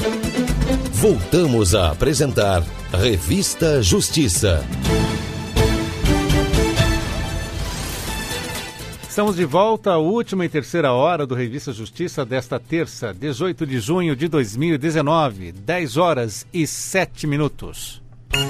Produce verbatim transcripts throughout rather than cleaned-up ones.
Voltamos a apresentar Revista Justiça. Estamos de volta à última e terceira hora do Revista Justiça desta terça, dezoito de junho de dois mil e dezenove, dez horas e sete minutos.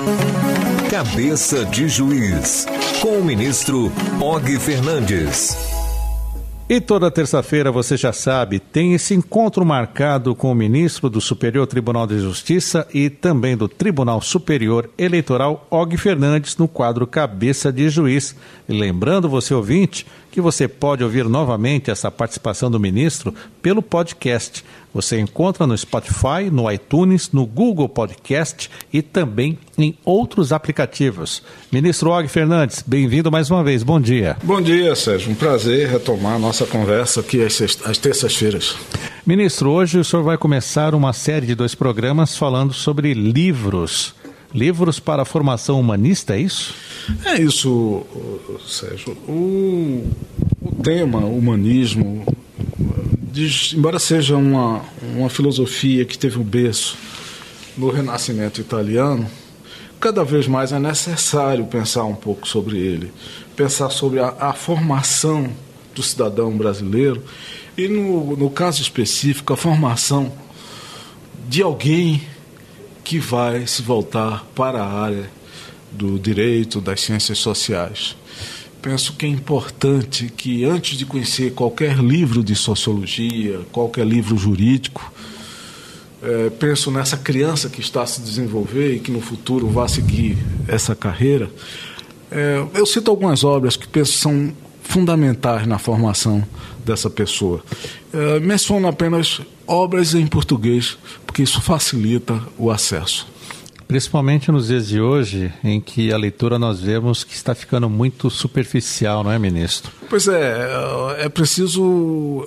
Cabeça de Juiz, com o ministro Og Fernandes. E toda terça-feira, você já sabe, tem esse encontro marcado com o ministro do Superior Tribunal de Justiça e também do Tribunal Superior Eleitoral, Og Fernandes, no quadro Cabeça de Juiz. E lembrando você, ouvinte, que você pode ouvir novamente essa participação do ministro pelo podcast. Você encontra no Spotify, no iTunes, no Google Podcast e também em outros aplicativos. Ministro Og Fernandes, bem-vindo mais uma vez. Bom dia. Bom dia, Sérgio. Um prazer retomar a nossa conversa aqui às, sexta, às terças-feiras. Ministro, hoje o senhor vai começar uma série de dois programas falando sobre livros. Livros para a formação humanista, é isso? É isso, Sérgio. O, o tema humanismo, diz, embora seja uma, uma filosofia que teve um berço no Renascimento italiano, cada vez mais é necessário pensar um pouco sobre ele, pensar sobre a, a formação do cidadão brasileiro e, no, no caso específico, a formação de alguém que vai se voltar para a área do direito, das ciências sociais. Penso que é importante que, antes de conhecer qualquer livro de sociologia, qualquer livro jurídico, é, penso nessa criança que está a se desenvolver e que no futuro vai seguir essa carreira. É, eu cito algumas obras que penso são fundamentais na formação dessa pessoa. É, menciono apenas obras em português, porque isso facilita o acesso. Principalmente nos dias de hoje, em que a leitura nós vemos que está ficando muito superficial, não é, ministro? Pois é, é preciso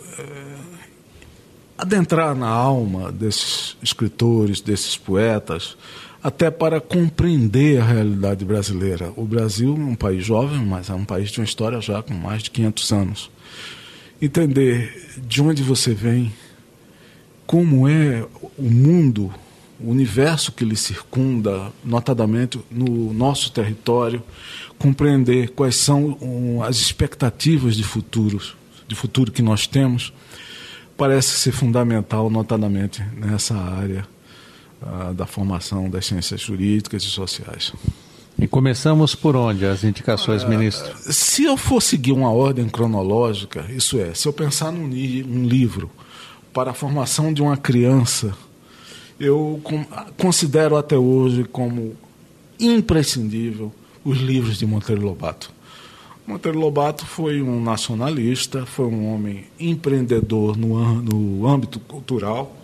adentrar na alma desses escritores, desses poetas, até para compreender a realidade brasileira. O Brasil é um país jovem, mas é um país de uma história já com mais de quinhentos anos. Entender de onde você vem, como é o mundo, o universo que lhe circunda, notadamente no nosso território, compreender quais são um, as expectativas de, futuros, de futuro que nós temos, parece ser fundamental, notadamente nessa área uh, da formação das ciências jurídicas e sociais. E começamos por onde as indicações, uh, ministro? Se eu for seguir uma ordem cronológica, isso é, se eu pensar num, num livro para a formação de uma criança, eu considero até hoje como imprescindível os livros de Monteiro Lobato. Monteiro Lobato foi um nacionalista, foi um homem empreendedor no, no âmbito cultural.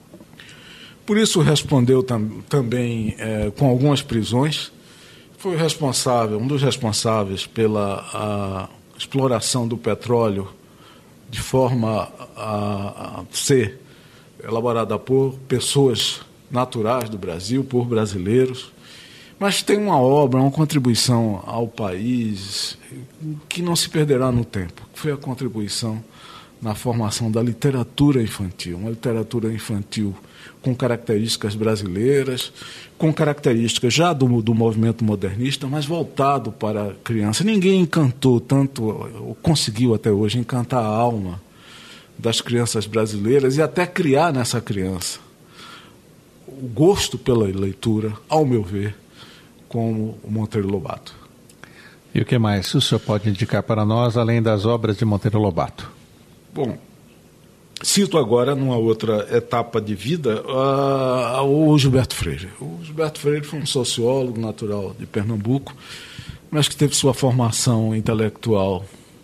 Por isso respondeu tam, também é, com algumas prisões. Foi responsável, um dos responsáveis pela a exploração do petróleo de forma a, a ser elaborada por pessoas naturais do Brasil, por brasileiros, mas tem uma obra, uma contribuição ao país que não se perderá no tempo, que foi a contribuição na formação da literatura infantil, uma literatura infantil com características brasileiras, com características já do, do movimento modernista, mas voltado para a criança. Ninguém encantou tanto, ou conseguiu até hoje, encantar a alma das crianças brasileiras e até criar nessa criança o gosto pela leitura, ao meu ver, como o Monteiro Lobato. E o que mais o senhor pode indicar para nós, além das obras de Monteiro Lobato? Bom, cito agora, numa outra etapa de vida, uh, o Gilberto Freire. O Gilberto Freire foi um sociólogo natural de Pernambuco, mas que teve sua formação intelectual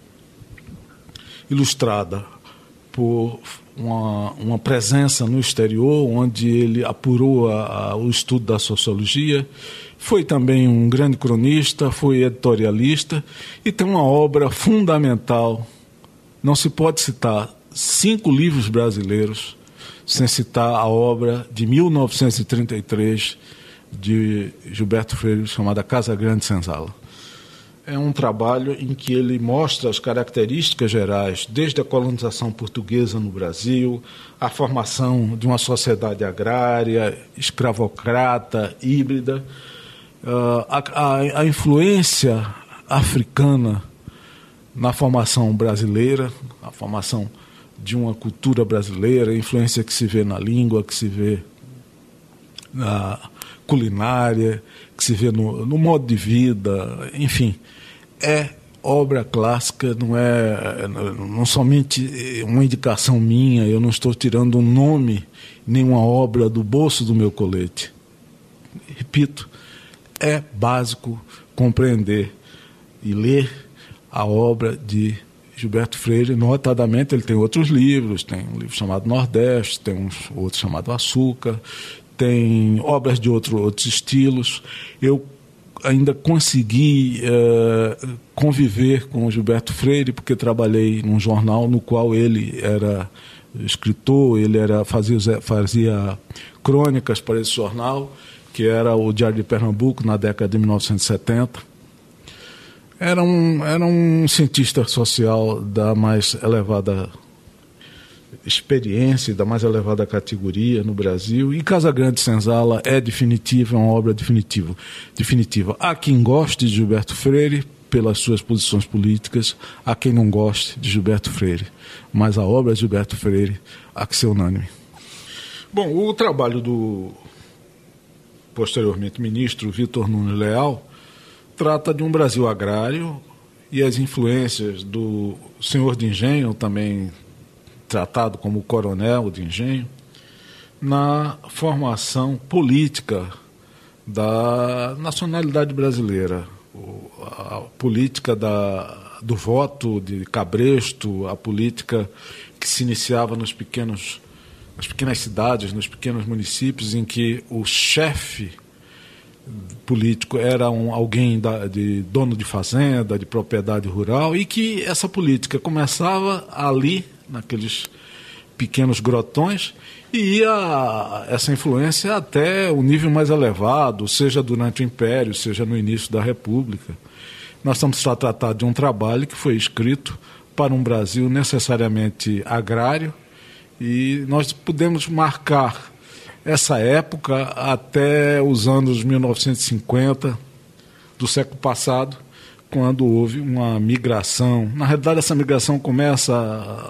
ilustrada por uma, uma presença no exterior, onde ele apurou a, a, o estudo da sociologia, foi também um grande cronista, foi editorialista e tem uma obra fundamental. Não se pode citar cinco livros brasileiros sem citar a obra de mil novecentos e trinta e três de Gilberto Freire, chamada Casa Grande Senzala. é um trabalho em que ele mostra as características gerais, desde a colonização portuguesa no Brasil, a formação de uma sociedade agrária, escravocrata, híbrida, a, a, a influência africana na formação brasileira, a formação de uma cultura brasileira, a influência que se vê na língua, que se vê na culinária, que se vê no, no modo de vida, enfim, é obra clássica, não é não somente uma indicação minha, eu não estou tirando um nome, nenhuma obra do bolso do meu colete. Repito, é básico compreender e ler a obra de Gilberto Freire. Notadamente, ele tem outros livros, tem um livro chamado Nordeste, tem um outro chamado Açúcar, tem obras de outro, outros estilos. Eu ainda consegui uh, conviver com o Gilberto Freire, porque trabalhei num jornal no qual ele era escritor, ele era, fazia, fazia crônicas para esse jornal, que era o Diário de Pernambuco, na década de mil novecentos e setenta. Era um, era um cientista social da mais elevada experiência, da mais elevada categoria no Brasil, e Casagrande Senzala é definitiva, é uma obra definitiva. definitiva. Há quem goste de Gilberto Freire pelas suas posições políticas, há quem não goste de Gilberto Freire, mas a obra de Gilberto Freire há que ser unânime. Bom, o trabalho do posteriormente ministro Vitor Nunes Leal trata de um Brasil agrário e as influências do senhor de engenho, também tratado como coronel de engenho, na formação política da nacionalidade brasileira. A política da, do voto de cabresto, a política que se iniciava nos pequenos, nas pequenas cidades, nos pequenos municípios, em que o chefe político era um, alguém da, de dono de fazenda, de propriedade rural, e que essa política começava ali, naqueles pequenos grotões, e ia essa influência até o nível mais elevado, seja durante o Império, seja no início da República. Nós estamos a tratar de um trabalho que foi escrito para um Brasil necessariamente agrário, e nós podemos marcar essa época até os anos mil novecentos e cinquenta do século passado, quando houve uma migração. Na realidade, essa migração começa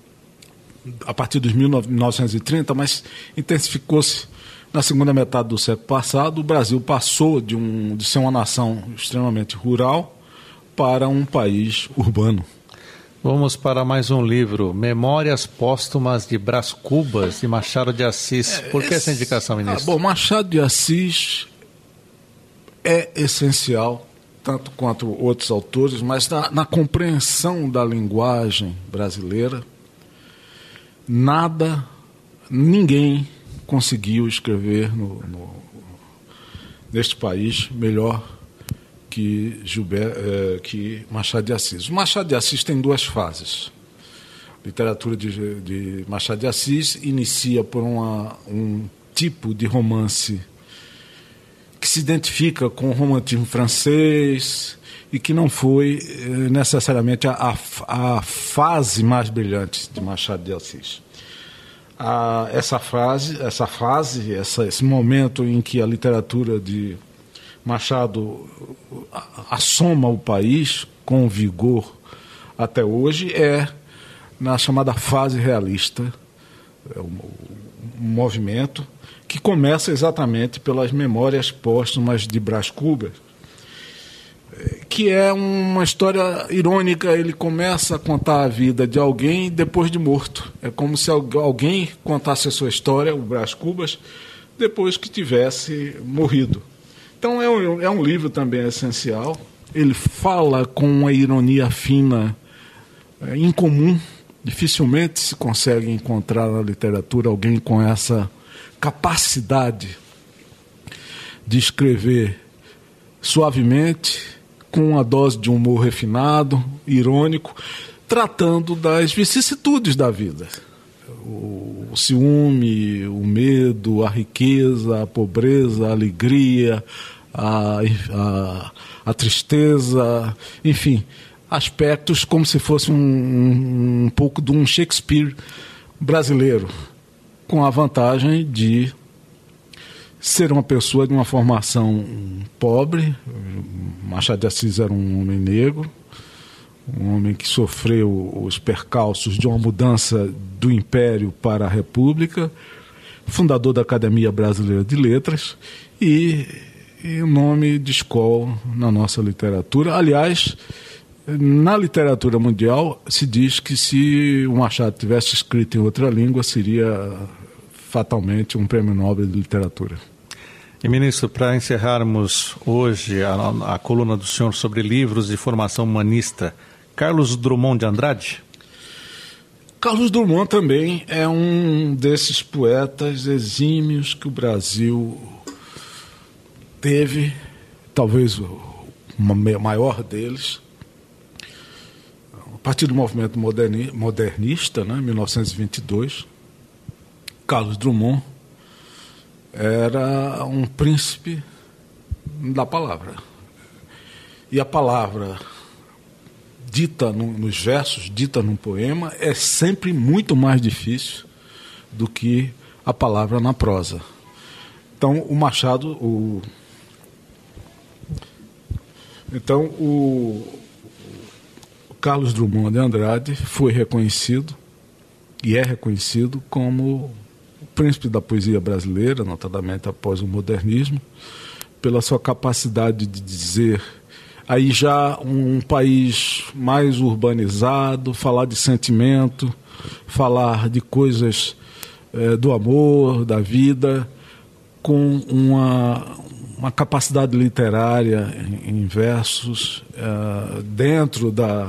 a partir dos mil novecentos e trinta, mas intensificou-se na segunda metade do século passado. O Brasil passou de, um, de ser uma nação extremamente rural para um país urbano. Vamos para mais um livro, Memórias Póstumas de Brás Cubas, de Machado de Assis. Por que essa indicação, ministro? Ah, bom, Machado de Assis é essencial, tanto quanto outros autores, mas na, na compreensão da linguagem brasileira, nada, ninguém conseguiu escrever no, no, neste país melhor que, Gilberto, eh, que Machado de Assis. O Machado de Assis tem duas fases. A literatura de, de Machado de Assis inicia por uma, um tipo de romance que se identifica com o romantismo francês e que não foi eh, necessariamente a, a, a fase mais brilhante de Machado de Assis. A, essa, fase, essa fase, essa, esse momento em que a literatura de Machado assoma o país com vigor até hoje é na chamada fase realista, é um, um movimento que começa exatamente pelas Memórias Póstumas de Brás Cubas, que é uma história irônica. Ele começa a contar a vida de alguém depois de morto. É como se alguém contasse a sua história, o Brás Cubas, depois que tivesse morrido. Então é um, é um livro também essencial. Ele fala com uma ironia fina, é, incomum. Dificilmente se consegue encontrar na literatura alguém com essa capacidade de escrever suavemente, com uma dose de humor refinado, irônico, tratando das vicissitudes da vida. O, o ciúme, o medo, a riqueza, a pobreza, a alegria, a, a, a tristeza, enfim, aspectos como se fosse um, um, um pouco de um Shakespeare brasileiro, com a vantagem de ser uma pessoa de uma formação pobre. Machado de Assis era um homem negro, um homem que sofreu os percalços de uma mudança do Império para a República, fundador da Academia Brasileira de Letras e, e um nome de escola na nossa literatura. Aliás, na literatura mundial se diz que se o Machado tivesse escrito em outra língua seria fatalmente um prêmio Nobel de literatura. E, ministro, para encerrarmos hoje a, a coluna do senhor sobre livros de formação humanista, Carlos Drummond de Andrade? Carlos Drummond também é um desses poetas exímios que o Brasil teve, talvez o maior deles, a partir do movimento moderni, modernista, né, em mil novecentos e vinte e dois. Carlos Drummond era um príncipe da palavra. E a palavra dita no, nos versos, dita num poema, é sempre muito mais difícil do que a palavra na prosa. Então, o Machado... O, então, o, o Carlos Drummond de Andrade foi reconhecido, e é reconhecido como o príncipe da poesia brasileira, notadamente após o modernismo, pela sua capacidade de dizer, aí já um país mais urbanizado, falar de sentimento, falar de coisas eh, do amor, da vida, com uma, uma capacidade literária em, em versos eh, dentro da,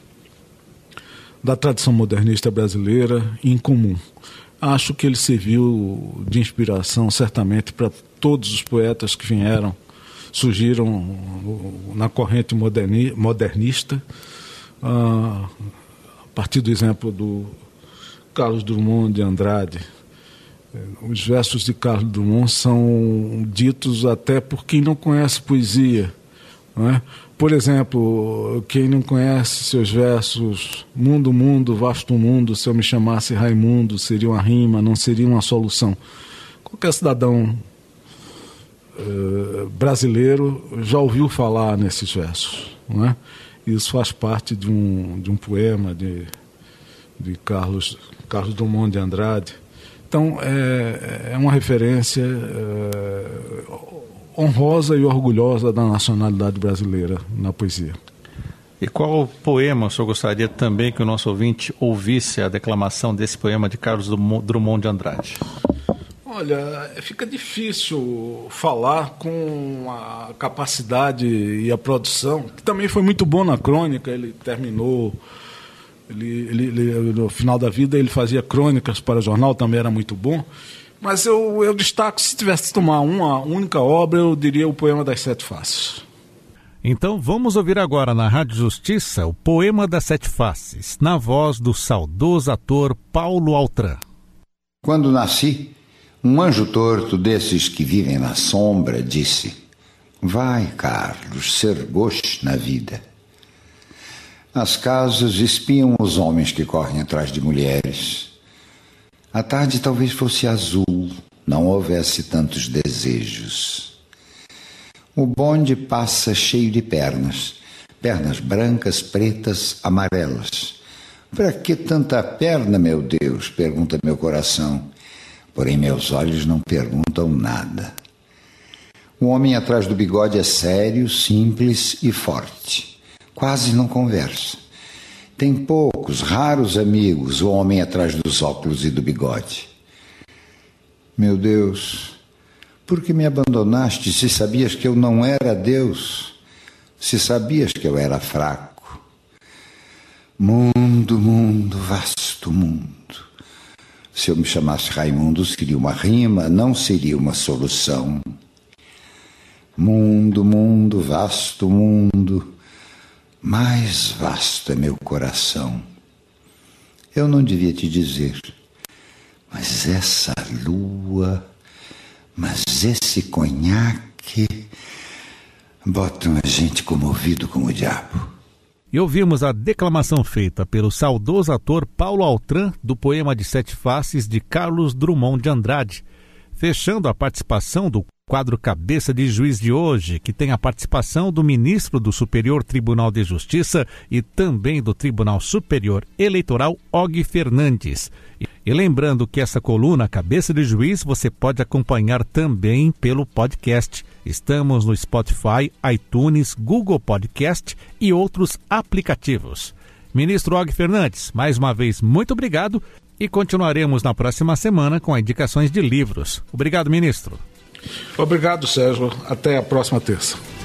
da tradição modernista brasileira incomum. Acho que ele serviu de inspiração, certamente, para todos os poetas que vieram, surgiram na corrente moderni, modernista, a partir do exemplo do Carlos Drummond de Andrade. Os versos de Carlos Drummond são ditos até por quem não conhece poesia, não é? Por exemplo, quem não conhece seus versos, mundo, mundo, vasto mundo, se eu me chamasse Raimundo, seria uma rima, não seria uma solução. Qualquer cidadão uh, brasileiro já ouviu falar nesses versos, não é? Isso faz parte de um, de um poema de, de Carlos, Carlos Drummond de Andrade. Então, é, é uma referência é, honrosa e orgulhosa da nacionalidade brasileira na poesia. E qual poema o senhor gostaria também que o nosso ouvinte ouvisse a declamação desse poema de Carlos Drummond de Andrade? Olha, fica difícil falar com a capacidade e a produção, que também foi muito bom na crônica. Ele terminou, ele, ele, ele, no final da vida ele fazia crônicas para o jornal, também era muito bom. Mas eu, eu destaco, se tivesse que tomar uma única obra, eu diria o Poema das Sete Faces. Então vamos ouvir agora na Rádio Justiça o Poema das Sete Faces, na voz do saudoso ator Paulo Altran. Quando nasci, um anjo torto desses que vivem na sombra disse: vai, Carlos, ser gosto na vida. As casas espiam os homens que correm atrás de mulheres. A tarde talvez fosse azul, não houvesse tantos desejos. O bonde passa cheio de pernas, pernas brancas, pretas, amarelas. Para que tanta perna, meu Deus? Pergunta meu coração. Porém meus olhos não perguntam nada. O homem atrás do bigode é sério, simples e forte. Quase não conversa. Tem poucos, raros amigos, o homem atrás dos óculos e do bigode. Meu Deus, por que me abandonaste se sabias que eu não era Deus? Se sabias que eu era fraco? Mundo, mundo, vasto mundo. Se eu me chamasse Raimundo, seria uma rima, não seria uma solução. Mundo, mundo, vasto mundo. Mais vasto é meu coração. Eu não devia te dizer, mas essa lua, mas esse conhaque, botam a gente comovido com o diabo. E ouvimos a declamação feita pelo saudoso ator Paulo Altran do poema de Sete Faces de Carlos Drummond de Andrade, fechando a participação do quadro Cabeça de Juiz de hoje, que tem a participação do ministro do Superior Tribunal de Justiça e também do Tribunal Superior Eleitoral, Og Fernandes. E lembrando que essa coluna Cabeça de Juiz você pode acompanhar também pelo podcast. Estamos no Spotify, iTunes, Google Podcast e outros aplicativos. Ministro Og Fernandes, mais uma vez, muito obrigado e continuaremos na próxima semana com indicações de livros. Obrigado, ministro. Obrigado, Sérgio. Até a próxima terça.